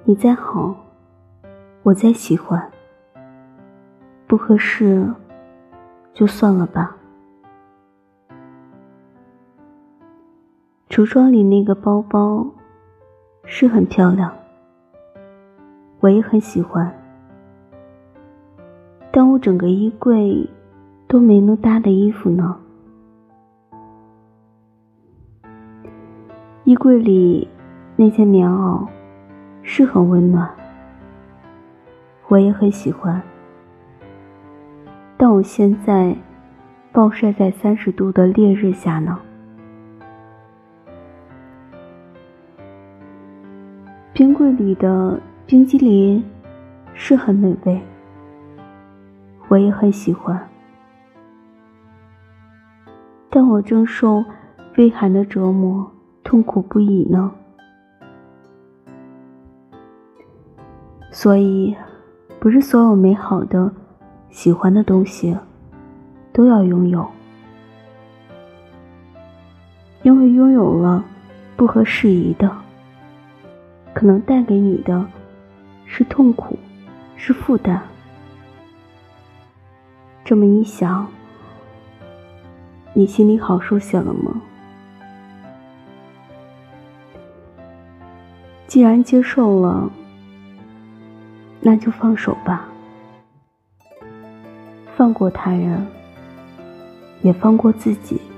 你再好，我再喜欢，不合适就算了吧。橱窗里那个包包是很漂亮，我也很喜欢，但我整个衣柜都没能搭的衣服呢。衣柜里那件棉袄是很温暖，我也很喜欢，但我现在暴晒在30度的烈日下呢。冰柜里的冰激凌是很美味，我也很喜欢，但我正受微寒的折磨，痛苦不已呢。所以不是所有美好的喜欢的东西都要拥有，因为拥有了不合时宜的，可能带给你的是痛苦，是负担。这么一想，你心里好受些了吗？既然接受了，那就放手吧，放过他人，也放过自己。